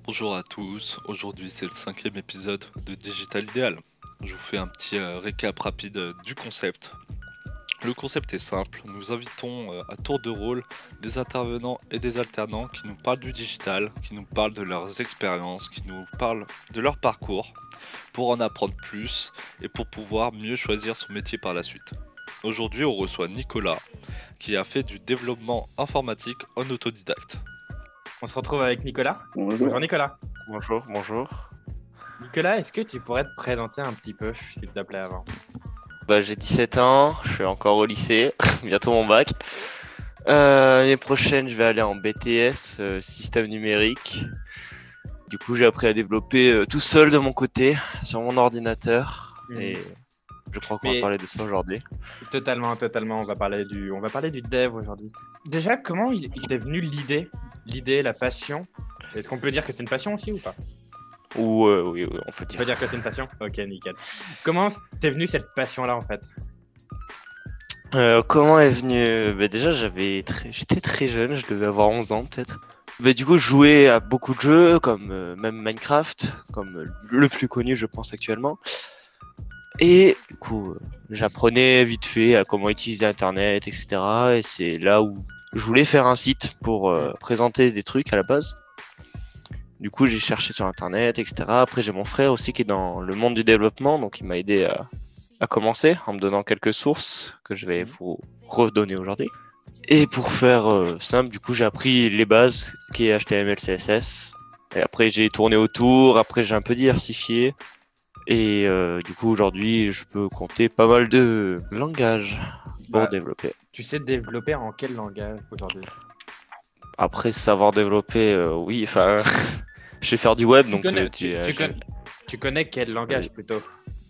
Bonjour à tous, aujourd'hui c'est le 5e épisode de Digital Ideal. Je vous fais un petit récap rapide du concept. Le concept est simple, nous invitons à tour de rôle des intervenants et des alternants qui nous parlent du digital, qui nous parlent de leurs expériences, qui nous parlent de leur parcours, pour en apprendre plus et pour pouvoir mieux choisir son métier par la suite. Aujourd'hui on reçoit Nicolas, qui a fait du développement informatique en autodidacte. On se retrouve avec Nicolas. Bonjour. Bonjour Nicolas. Bonjour. Nicolas, est-ce que tu pourrais te présenter un petit peu, s'il te plaît, avant? J'ai 17 ans, je suis encore au lycée, bientôt mon bac. L'année prochaine, je vais aller en BTS, système numérique. Du coup, j'ai appris à développer tout seul de mon côté, sur mon ordinateur. Et je crois qu'on va parler de ça aujourd'hui. Totalement. On va parler du dev aujourd'hui. Déjà, comment il t'est venu l'idée, la passion? Est-ce qu'on peut dire que c'est une passion aussi ou pas? Oui, on peut On dire. peut dire que c'est une passion? Ok, nickel. Comment t'es venue cette passion-là, en fait? Comment est venu déjà, j'étais très jeune, je devais avoir 11 ans peut-être. Du coup, je jouais à beaucoup de jeux, comme même Minecraft, comme le plus connu, je pense, actuellement. Et du coup, j'apprenais vite fait à comment utiliser Internet, etc. Et c'est là où je voulais faire un site pour présenter des trucs à la base. Du coup, j'ai cherché sur Internet, etc. Après, j'ai mon frère aussi qui est dans le monde du développement, donc il m'a aidé à commencer en me donnant quelques sources que je vais vous redonner aujourd'hui. Et pour faire simple, du coup, j'ai appris les bases qui est HTML, CSS. Et après, j'ai tourné autour. Après, j'ai un peu diversifié. Et du coup, aujourd'hui, je peux compter pas mal de langages pour développer. Tu sais développer en quel langage aujourd'hui? Après, savoir développer, oui, enfin, je vais faire du web, donc Tu connais quel langage plutôt?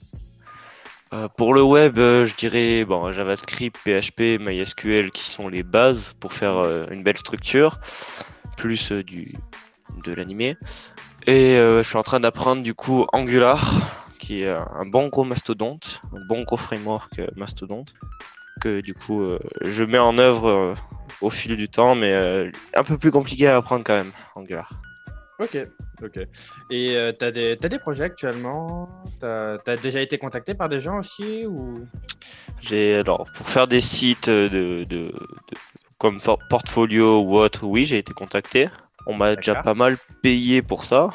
pour le web, je dirais JavaScript, PHP, MySQL qui sont les bases pour faire une belle structure, plus de l'animé. Et je suis en train d'apprendre du coup Angular, qui est un bon gros mastodonte, un bon gros framework mastodonte, que du coup je mets en œuvre au fil du temps, mais un peu plus compliqué à apprendre quand même, Angular. Ok. Et t'as des projets actuellement? T'as déjà été contacté par des gens aussi ou? Alors pour faire des sites comme portfolio ou autre, oui, j'ai été contacté. On m'a déjà pas mal payé pour ça.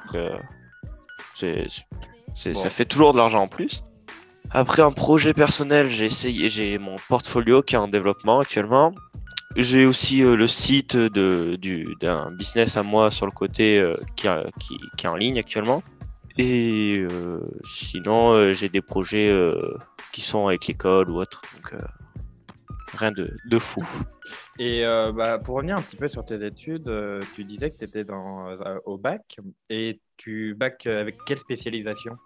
Ça fait toujours de l'argent en plus. Après un projet personnel, j'ai mon portfolio qui est en développement actuellement. J'ai aussi le site d'un business à moi sur le côté qui est en ligne actuellement. Et sinon, j'ai des projets qui sont avec l'école ou autre. Donc rien de fou. Et pour revenir un petit peu sur tes études, tu disais que tu étais au bac. Et tu bac avec quelle spécialisation?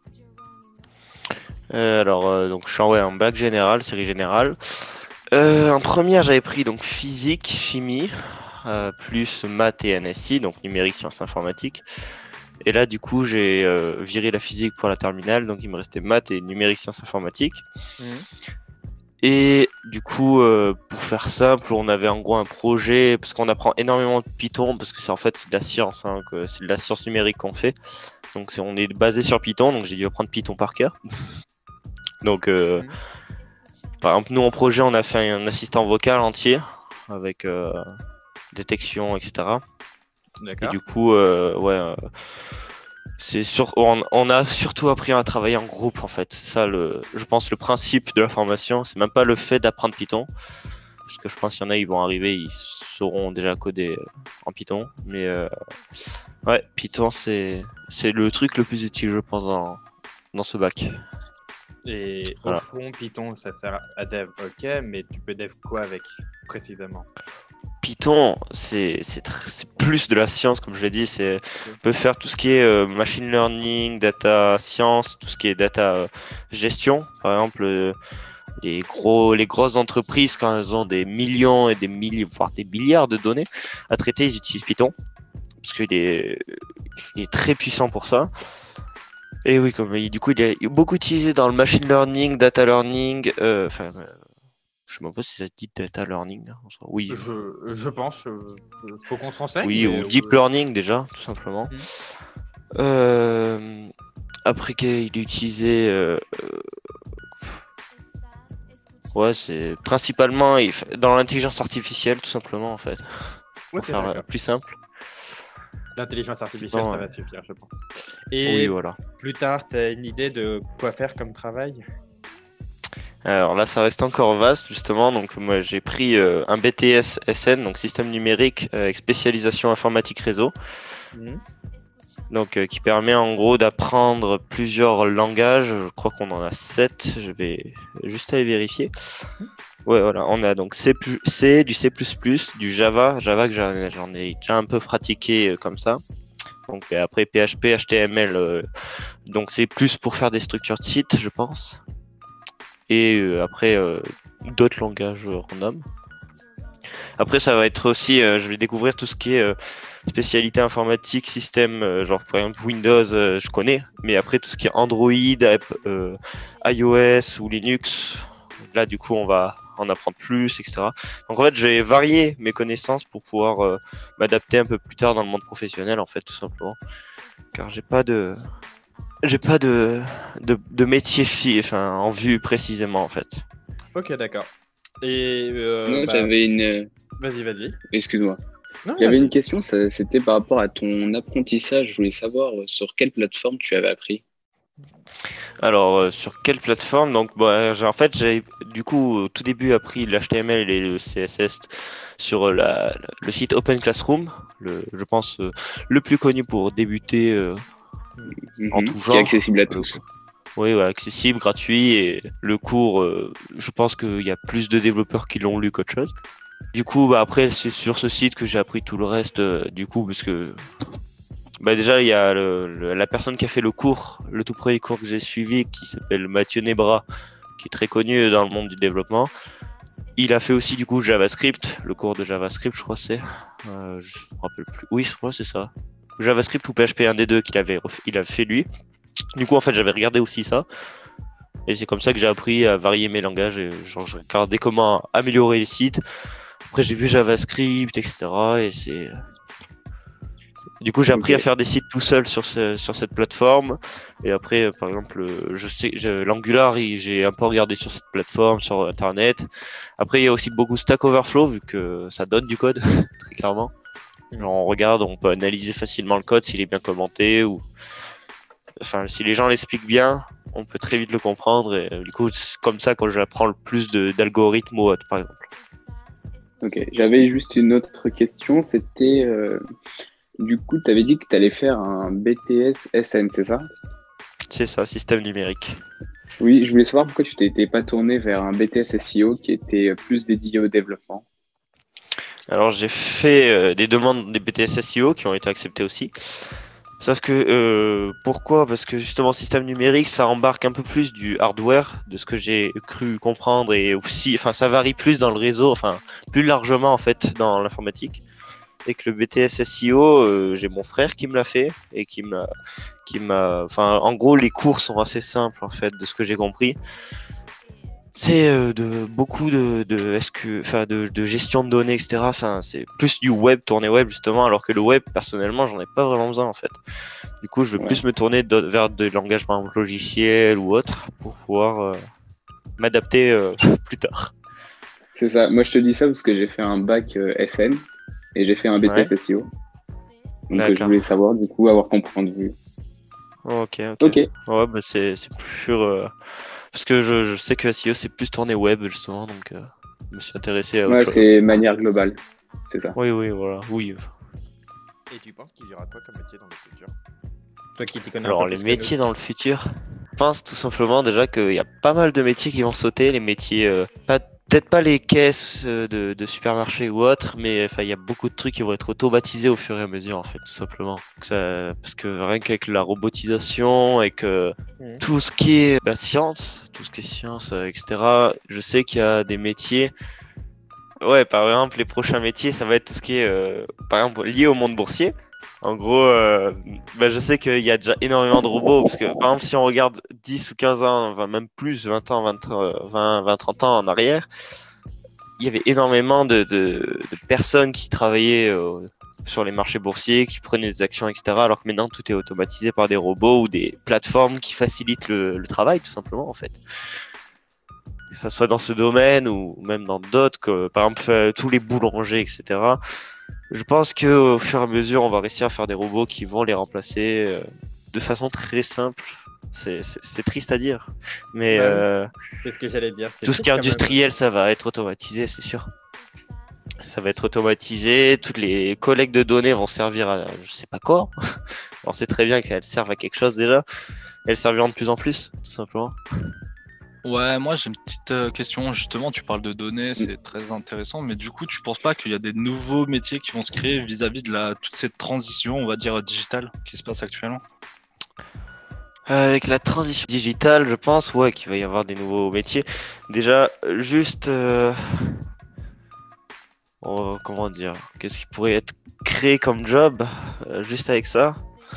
Donc je suis en bac général, série générale. En première, j'avais pris donc physique, chimie, plus maths et NSI, donc numérique, sciences informatiques. Et là, du coup, j'ai viré la physique pour la terminale, donc il me restait maths et numérique, sciences informatiques. Et du coup, pour faire simple, on avait en gros un projet, parce qu'on apprend énormément de Python, parce que c'est de la science, c'est de la science numérique qu'on fait. Donc on est basé sur Python, donc j'ai dû apprendre Python par cœur. Donc par exemple, nous en projet, on a fait un assistant vocal entier avec détection, etc. Et du coup, on a surtout appris à travailler en groupe en fait. C'est ça, je pense, le principe de la formation. C'est même pas le fait d'apprendre Python, parce que je pense qu'il y en a, ils vont arriver, ils sauront déjà coder en Python. Mais Python, c'est le truc le plus utile, je pense, dans ce bac. Et au fond, Python, ça sert à dev, ok, mais tu peux dev quoi avec précisément? Python, c'est plus de la science, comme je l'ai dit. On peut faire tout ce qui est machine learning, data science, tout ce qui est data gestion. Par exemple, les grosses entreprises, quand elles ont des millions et des milliers, voire des milliards de données à traiter, ils utilisent Python parce qu'il est très puissant pour ça. Et oui, du coup, il est beaucoup utilisé dans le machine learning, data learning, Je sais même pas si ça dit data learning. Oui, Je pense. Faut qu'on se renseigne. oui, mais, ou deep learning déjà, tout simplement. Mhm. Après qu'il est utilisé, ouais, c'est principalement dans l'intelligence artificielle, tout simplement, en fait, pour Ok, faire d'accord. plus simple. L'intelligence artificielle, Sinon, ça va suffire, je pense. oui, Et voilà. plus tard, tu as une idée de quoi faire comme travail? Alors là, ça reste encore vaste, justement. Donc, moi, j'ai pris un BTS SN, donc système numérique avec spécialisation informatique réseau. Mhm. Donc, qui permet en gros d'apprendre plusieurs langages. Je crois qu'on en a 7. Je vais juste aller vérifier. Ouais, voilà. On a donc C, du C++, du Java. Java que j'en ai déjà un peu pratiqué comme ça. Donc, et après PHP, HTML. Donc, c'est plus pour faire des structures de site, je pense. Et après, d'autres langages random. Après, ça va être aussi, je vais découvrir tout ce qui est spécialité informatique, système, genre par exemple Windows, je connais, mais après tout ce qui est Android, iOS ou Linux, là du coup on va en apprendre plus, etc. Donc en fait, je vais varier mes connaissances pour pouvoir m'adapter un peu plus tard dans le monde professionnel, en fait, tout simplement. Car j'ai pas de métier en vue précisément, en fait. Ok, d'accord. Et Moi, j'avais une. vas-y. Excuse-moi. Non, J'avais vas-y. une question, c'était par rapport à ton apprentissage. Je voulais savoir sur quelle plateforme tu avais appris. Alors, sur quelle plateforme? Donc, bon, j'ai du coup au tout début appris l'HTML et le CSS sur le site Open Classroom, je pense le plus connu pour débuter en tout Qui est genre. accessible à tous. Oui, ouais, accessible, gratuit, et le cours, je pense qu'il y a plus de développeurs qui l'ont lu qu'autre chose. Du coup, bah, après, c'est sur ce site que j'ai appris tout le reste, du coup, parce que bah déjà, il y a la personne qui a fait le cours, le tout premier cours que j'ai suivi, qui s'appelle Mathieu Nebra, qui est très connu dans le monde du développement. Il a fait aussi du coup JavaScript, le cours de JavaScript, je crois que c'est. Je me rappelle plus. Oui, je crois que c'est ça. JavaScript ou PHP, un des deux il a fait lui. Du coup, en fait, j'avais regardé aussi ça. Et c'est comme ça que j'ai appris à varier mes langages. Et genre, j'ai regardé comment améliorer les sites. Après, j'ai vu JavaScript, etc. Et c'est Du coup, j'ai appris Ok. à faire des sites tout seul sur cette plateforme. Et après, par exemple, l'Angular, j'ai un peu regardé sur cette plateforme, sur Internet. Après, il y a aussi beaucoup Stack Overflow, vu que ça donne du code, très clairement. Genre, on regarde, on peut analyser facilement le code s'il est bien commenté, ou enfin, si les gens l'expliquent bien, on peut très vite le comprendre. Et du coup, c'est comme ça quand j'apprends le plus d'algorithmes ou autre, par exemple. Ok. J'avais juste une autre question. C'était du coup, tu avais dit que tu allais faire un BTS SN, c'est ça? C'est ça, système numérique. Oui, je voulais savoir pourquoi tu t'étais pas tourné vers un BTS SEO qui était plus dédié au développement. Alors j'ai fait des demandes des BTS SEO qui ont été acceptées aussi. Sauf que pourquoi? Parce que justement système numérique ça embarque un peu plus du hardware de ce que j'ai cru comprendre, et aussi enfin ça varie plus dans le réseau, enfin plus largement en fait dans l'informatique. Et que le BTS SEO, j'ai mon frère qui me l'a fait et enfin en gros les cours sont assez simples en fait de ce que j'ai compris. C'est de beaucoup de SQ, enfin de gestion de données, etc. Enfin, c'est plus du web, tourné web justement, alors que le web, personnellement, j'en ai pas vraiment besoin en fait. Du coup, je vais Ouais. plus me tourner vers des langages par exemple logiciels ou autres pour pouvoir m'adapter plus tard. C'est ça. Moi, je te dis ça parce que j'ai fait un bac SN et j'ai fait un Ouais, BTS SEO. Donc, je d'accord. voulais savoir, du coup, avoir ton point de vue. Ok, ok. Ok. Ouais, bah c'est plus parce que je sais que SEO c'est plus tourné web justement, donc je me suis intéressé à autre Ouais, chose. c'est manière globale. C'est ça. Oui, oui, voilà, oui. Et tu penses qu'il y aura quoi comme métier dans le futur? Toi qui t'y connais un Alors peu les plus que métiers dans le futur, je pense tout simplement déjà qu'il y a pas mal de métiers qui vont sauter, les métiers, peut-être pas les caisses de supermarché ou autres, mais enfin il y a beaucoup de trucs qui vont être automatisés au fur et à mesure en fait, tout simplement. Parce que rien qu'avec la robotisation et que nous. tout ce qui est science, tout ce qui est science, etc. Je sais qu'il y a des métiers. Ouais, par exemple, les prochains métiers, ça va être tout ce qui est, par exemple, lié au monde boursier. En gros, je sais qu'il y a déjà énormément de robots, parce que, par exemple, si on regarde 10 ou 15 ans, enfin, même plus, 20 ans, 20, 20, 20, 30 ans en arrière, il y avait énormément de personnes qui travaillaient sur les marchés boursiers, qui prenaient des actions, etc. Alors que maintenant, tout est automatisé par des robots ou des plateformes qui facilitent le travail, tout simplement, en fait. Que ça soit dans ce domaine ou même dans d'autres, par exemple tous les boulangers, etc. Je pense qu'au fur et à mesure, on va réussir à faire des robots qui vont les remplacer de façon très simple. C'est triste à dire, mais Bah c'est ce que j'allais dire. C'est tout ce qui est triste quand même. industriel, ça va être automatisé, c'est sûr. Ça va être automatisé, toutes les collectes de données vont servir à je sais pas quoi. On sait très bien qu'elles servent à quelque chose déjà. Elles serviront de plus en plus, tout simplement. Ouais, moi j'ai une petite question. Justement, tu parles de données, c'est très intéressant, mais du coup, tu penses pas qu'il y a des nouveaux métiers qui vont se créer vis-à-vis de toute cette transition, on va dire, digitale qui se passe actuellement? Avec la transition digitale, je pense, ouais, qu'il va y avoir des nouveaux métiers. Déjà, juste, comment dire, qu'est-ce qui pourrait être créé comme job, juste avec ça?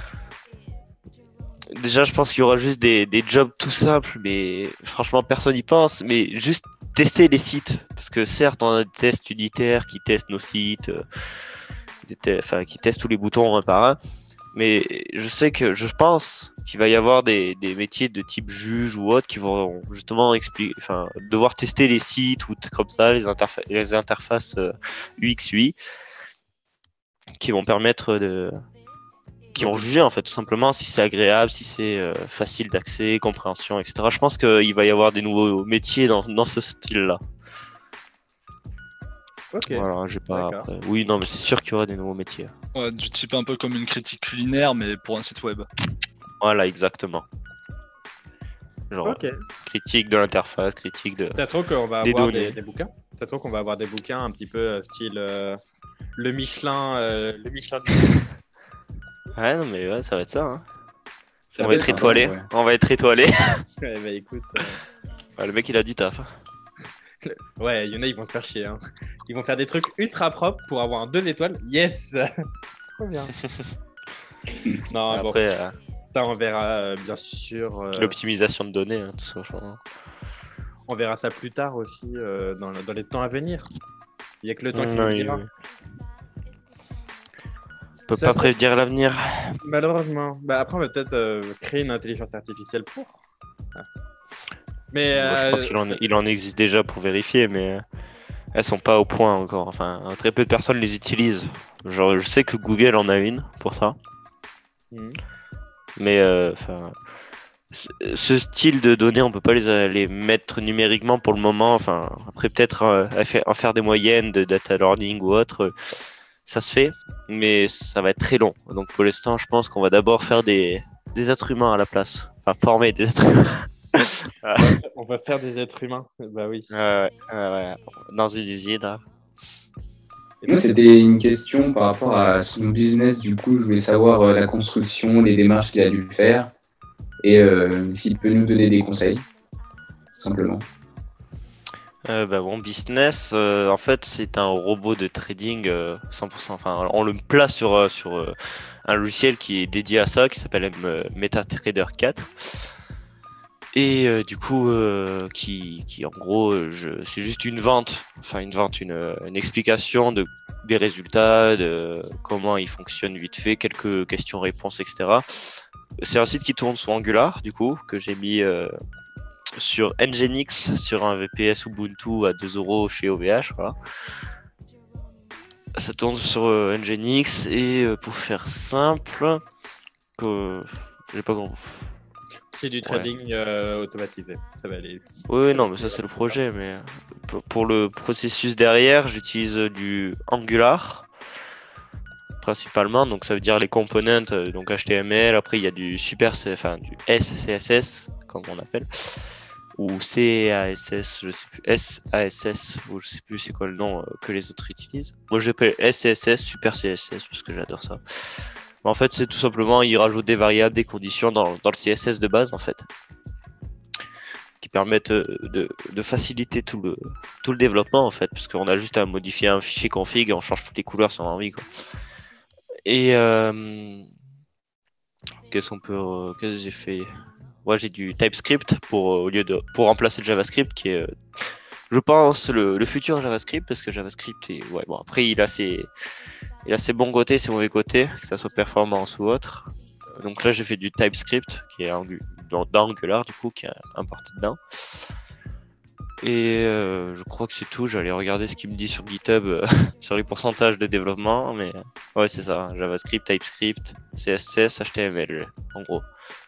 Déjà, je pense qu'il y aura juste des jobs tout simples, mais franchement, personne n'y pense. Mais juste tester les sites, parce que certes, on a des tests unitaires qui testent nos sites, qui testent tous les boutons un par un. Mais je pense qu'il va y avoir des métiers de type juge ou autre qui vont justement devoir tester les sites ou comme ça, les interfaces UX UI, qui vont permettre qui vont juger en fait tout simplement si c'est agréable, si c'est facile d'accès, compréhension, etc. Je pense qu'il va y avoir des nouveaux métiers dans ce style-là. Ok. Voilà, j'ai pas. D'accord. Après. Oui, non, mais c'est sûr qu'il y aura des nouveaux métiers. Ouais, du type un peu comme une critique culinaire, mais pour un site web. Voilà, exactement. Genre Ok. critique de l'interface, critique de. Ça se trouve qu'on va Des avoir données. des bouquins. Ça se trouve qu'on va avoir des bouquins un petit peu style le Michelin. Le Michelin. Ouais, non, mais ouais, ça va être ça. Hein. Ça On peut va être être sympa, étoilé. ouais. On va être étoilé. Ouais, bah écoute. Ouais, le mec, il a du taf. Ouais, il y en a, ils vont se faire chier. Hein. Ils vont faire des trucs ultra propres pour avoir un 2 étoiles. Yes. Trop bien. Non, bon, Après, ça on verra bien sûr. l'optimisation de données, hein, tout ça. On verra ça plus tard aussi dans les temps à venir. Il n'y a que le temps qui nous Non, le dira. On peut Ça pas se- prédire l'avenir. Malheureusement. Bah, après, on va peut-être créer une intelligence artificielle pour. Ah. Mais Moi, je pense il en existe déjà pour vérifier, mais elles sont pas au point encore. Enfin, très peu de personnes les utilisent. Genre, je sais que Google en a une pour ça, Mhm. mais ce style de données, on peut pas les mettre numériquement pour le moment. Enfin, après peut-être en faire des moyennes de data learning ou autre, ça se fait, mais ça va être très long. Donc pour l'instant, je pense qu'on va d'abord faire des êtres humains à la place. Enfin, former des êtres humains. On va faire des êtres humains. Bah oui. Ouais, dans une usine, là. Et Moi, toi, c'était une question par rapport à son business. Du coup, je voulais savoir la construction, les démarches qu'il a dû faire et s'il peut nous donner des conseils, simplement. Bah bon, business, en fait, c'est un robot de trading 100%. Enfin, on le place sur un logiciel qui est dédié à ça, qui s'appelle MetaTrader 4. Et du coup, qui en gros, c'est juste une vente, enfin une explication des résultats, de comment il fonctionne vite fait, quelques questions-réponses, etc. C'est un site qui tourne sur Angular, du coup, que j'ai mis sur Nginx, sur un VPS Ubuntu à 2 euros chez OVH, voilà. Ça tourne sur Nginx et pour faire simple, j'ai pas grand. c'est du trading automatisé. Ça va aller. Oui, non, mais ça c'est le projet, mais pour le processus derrière, j'utilise du Angular principalement, donc ça veut dire les components, donc HTML, après il y a du du SCSS, comme on appelle, ou CASS, je sais plus, SASS, ou je sais plus c'est quoi le nom que les autres utilisent. Moi j'appelle SCSS, Super CSS, parce que j'adore ça. Mais en fait, c'est tout simplement, il rajoute des variables, des conditions dans le CSS de base, en fait, qui permettent de faciliter tout le développement, en fait, parce qu'on a juste à modifier un fichier config et on change toutes les couleurs si on a envie, quoi. Et qu'est-ce que j'ai fait? Ouais, j'ai du TypeScript pour remplacer le JavaScript qui est je pense, le futur JavaScript, parce que JavaScript, ouais, bon, après, il a ses bons côtés, ses mauvais côtés, que ça soit performance ou autre. Donc là, j'ai fait du TypeScript, qui est d'Angular, du coup, qui est importé dedans. Et je crois que c'est tout. J'allais regarder ce qu'il me dit sur GitHub sur les pourcentages de développement, mais ouais, c'est ça. JavaScript, TypeScript, CSS, HTML, en gros.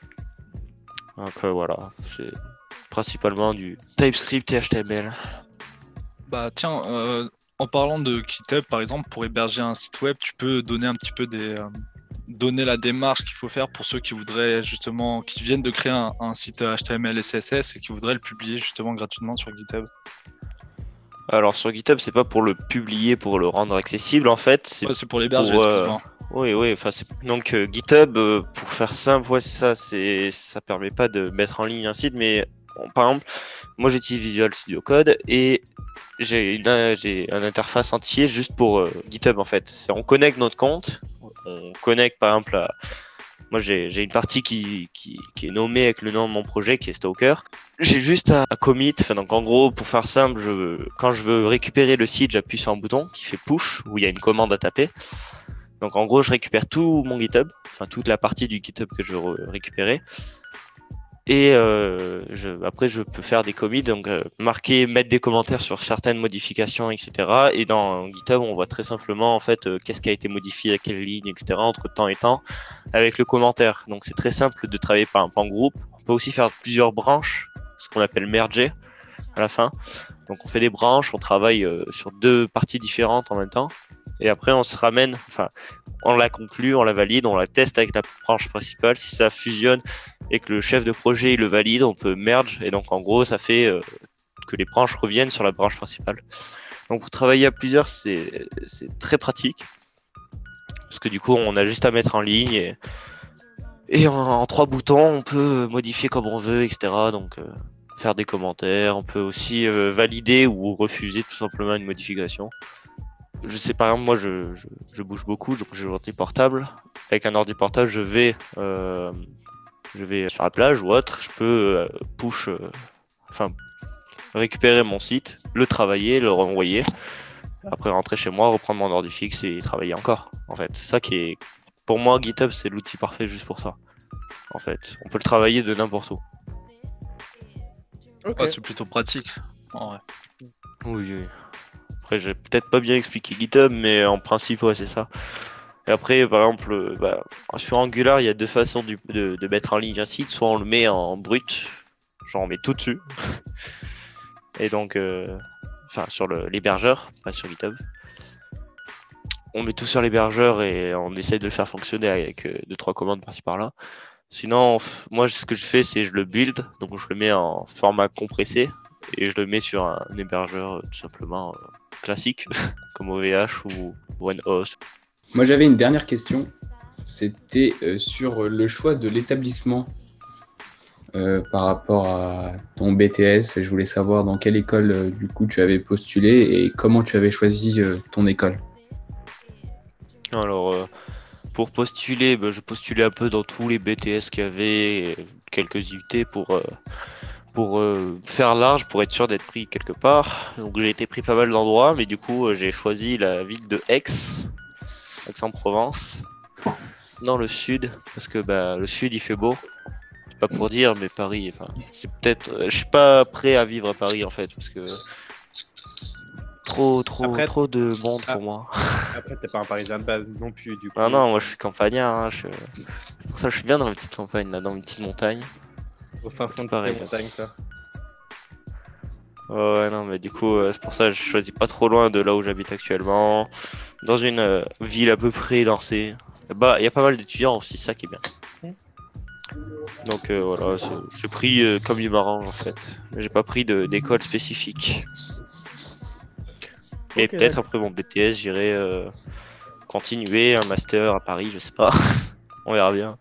Donc voilà, c'est principalement du TypeScript et HTML. Bah tiens, en parlant de GitHub par exemple, pour héberger un site web, tu peux donner un petit peu donner la démarche qu'il faut faire pour ceux qui voudraient justement, qui viennent de créer un site HTML et CSS et qui voudraient le publier justement gratuitement sur GitHub. Alors sur GitHub, c'est pas pour le publier, pour le rendre accessible en fait. Ouais, c'est pour l'héberger, pour, excuse-moi. Oui, enfin donc GitHub, pour faire simple, ouais, c'est ça, ça permet pas de mettre en ligne un site, mais par exemple, moi j'utilise Visual Studio Code et j'ai un interface entier juste pour GitHub en fait. On connecte notre compte, on connecte par exemple moi j'ai une partie qui est nommée avec le nom de mon projet qui est Stalker. J'ai juste à commit, enfin, donc en gros pour faire simple, quand je veux récupérer le site, j'appuie sur un bouton qui fait push où il y a une commande à taper. Donc en gros je récupère tout mon GitHub, enfin toute la partie du GitHub que je veux récupérer. Et après, je peux faire des commits, donc marquer, mettre des commentaires sur certaines modifications, etc. Et dans GitHub, on voit très simplement en fait qu'est-ce qui a été modifié à quelle ligne, etc. entre temps et temps, avec le commentaire. Donc c'est très simple de travailler par exemple en groupe. On peut aussi faire plusieurs branches, ce qu'on appelle merger à la fin. Donc on fait des branches, on travaille sur deux parties différentes en même temps. Et après, on se ramène, enfin, on la conclut, on la valide, on la teste avec la branche principale. Si ça fusionne et que le chef de projet il le valide, on peut merge. Et donc, en gros, ça fait que les branches reviennent sur la branche principale. Donc, pour travailler à plusieurs, c'est très pratique. Parce que du coup, on a juste à mettre en ligne et en 3 boutons, on peut modifier comme on veut, etc. Donc, faire des commentaires. On peut aussi valider ou refuser tout simplement une modification. Je sais, par exemple, moi je bouge beaucoup, donc j'ai un ordi portable. Avec un ordi portable, je vais sur la plage ou autre, je peux récupérer mon site, le travailler, le renvoyer, après rentrer chez moi, reprendre mon ordi fixe et travailler encore. En fait, c'est ça qui est, pour moi, GitHub c'est l'outil parfait juste pour ça. En fait, on peut le travailler de n'importe où. Okay. Ouais, c'est plutôt pratique. En vrai. Oui. Après, j'ai peut-être pas bien expliqué GitHub, mais en principe, ouais, c'est ça. Et après, par exemple, sur Angular, il y a 2 façons de mettre en ligne un site. Soit on le met en brut, genre on met tout dessus. Et donc, sur l'hébergeur, pas sur GitHub. On met tout sur l'hébergeur et on essaye de le faire fonctionner avec 2-3 commandes par-ci par-là. Sinon, moi, ce que je fais, c'est je le build, donc je le mets en format compressé et je le mets sur un hébergeur tout simplement classique, comme OVH ou OneHost. Moi, j'avais une dernière question. C'était sur le choix de l'établissement par rapport à ton BTS. Je voulais savoir dans quelle école, du coup, tu avais postulé et comment tu avais choisi ton école. Alors, pour postuler, je postulais un peu dans tous les BTS qu'il y avait, quelques IUT pour faire large, pour être sûr d'être pris quelque part. Donc j'ai été pris pas mal d'endroits, mais du coup j'ai choisi la ville de Aix-en-Provence, dans le sud, parce que le sud il fait beau. C'est pas pour dire, mais Paris, enfin, c'est peut-être, je suis pas prêt à vivre à Paris en fait, parce que trop de monde pour moi. Après, t'es pas un Parisien de base non plus, du coup. Ah non, moi je suis campagnard, hein, c'est pour ça que je suis bien dans la petite campagne, là, dans une petite montagne. Au fin fond de Pareil. la montagne, ça. Ouais, non, mais du coup, c'est pour ça que je choisis pas trop loin de là où j'habite actuellement. Dans une ville à peu près dansée. Bah, il y a pas mal d'étudiants aussi, ça qui est bien. Donc voilà, j'ai pris comme il m'arrange en fait. J'ai pas pris d'école spécifique. Et Ok, peut-être après mon BTS, j'irai continuer un master à Paris, je sais pas. On verra bien.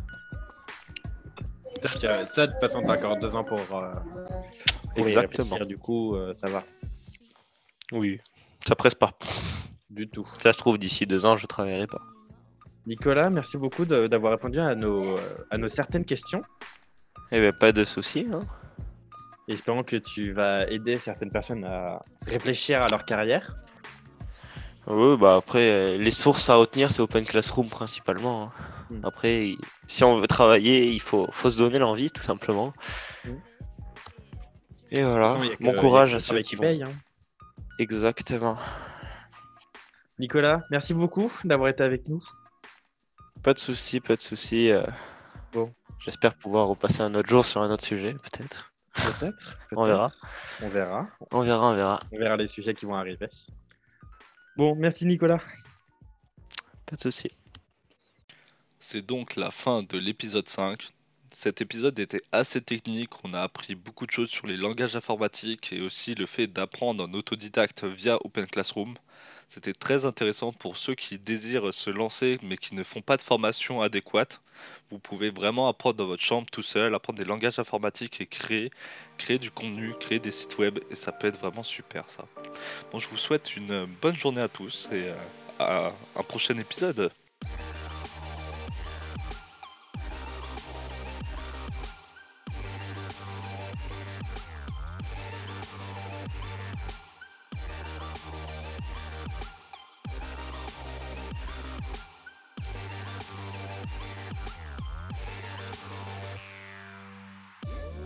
Ça, de toute façon, t'as encore 2 ans pour y Exactement. réfléchir, du coup, ça va. Oui, ça presse pas. Du tout. Ça se trouve, d'ici 2 ans, je travaillerai pas. Nicolas, merci beaucoup d'avoir répondu à nos certaines questions. Eh ben, pas de soucis. Hein. Espérons que tu vas aider certaines personnes à réfléchir à leur carrière. Oui, bah après, les sources à retenir, c'est Open Classroom principalement, hein. Mm. Après, si on veut travailler, il faut se donner l'envie, tout simplement. Mm. Et De toute voilà, façon, il bon y a courage que à le ceux travail qui qui vont. paye. Hein. Exactement. Nicolas, merci beaucoup d'avoir été avec nous. Pas de souci, pas de souci. Bon, J'espère pouvoir repasser un autre jour sur un autre sujet, peut-être. peut-être. On verra. On verra. On verra, on verra. On verra les sujets qui vont arriver. Bon, merci Nicolas. Pas de souci. C'est donc la fin de l'épisode 5. Cet épisode était assez technique, on a appris beaucoup de choses sur les langages informatiques et aussi le fait d'apprendre en autodidacte via Open Classroom. C'était très intéressant pour ceux qui désirent se lancer mais qui ne font pas de formation adéquate. Vous pouvez vraiment apprendre dans votre chambre tout seul, apprendre des langages informatiques et créer du contenu, créer des sites web et ça peut être vraiment super ça. Bon, je vous souhaite une bonne journée à tous et à un prochain épisode.